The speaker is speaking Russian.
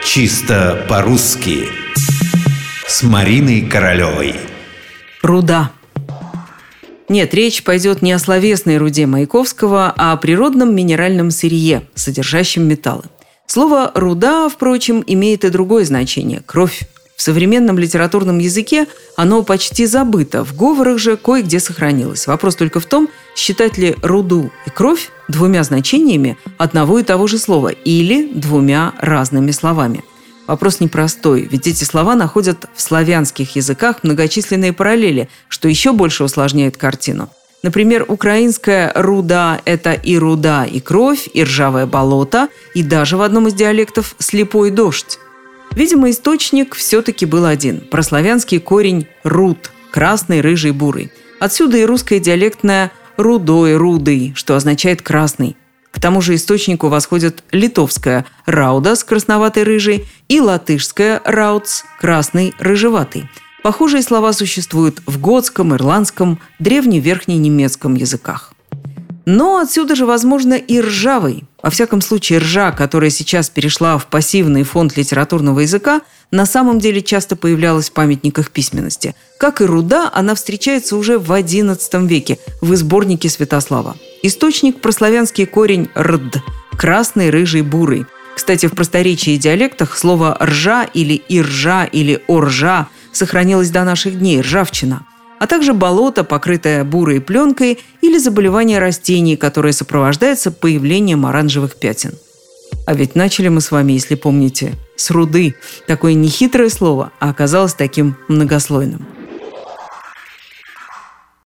Чисто по-русски с Мариной Королевой. Руда. Нет, речь пойдет не о словесной руде Маяковского, а о природном минеральном сырье, содержащем металлы. Слово «руда», впрочем, имеет и другое значение – кровь. В современном литературном языке оно почти забыто, в говорах же кое-где сохранилось. Вопрос только в том, считать ли руду и кровь двумя значениями одного и того же слова или двумя разными словами. Вопрос непростой, ведь эти слова находят в славянских языках многочисленные параллели, что еще больше усложняет картину. Например, украинская «руда» – это и руда, и кровь, и ржавое болото, и даже в одном из диалектов «слепой дождь». Видимо, источник все-таки был один – прославянский корень «руд» – красный, рыжий, бурый. Отсюда и русское диалектное «рудой», «рудый», что означает «красный». К тому же источнику восходят литовская «раудас» – красноватый, рыжий, и латышская «раудс» – красный, рыжеватый. Похожие слова существуют в готском, ирландском, древневерхненемецком языках. Но отсюда же, возможно, и ржавый. Во всяком случае, ржа, которая сейчас перешла в пассивный фонд литературного языка, на самом деле часто появлялась в памятниках письменности. Как и руда, она встречается уже в XI веке в сборнике Святослава. Источник – прославянский корень «рд» – красный, рыжий, бурый. Кстати, в просторечии и диалектах слово «ржа» или «иржа» или «оржа» сохранилось до наших дней – ржавчина. А также болото, покрытое бурой пленкой, или заболевание растений, которое сопровождается появлением оранжевых пятен. А ведь начали мы с вами, если помните, с руды. Такое нехитрое слово, а оказалось таким многослойным.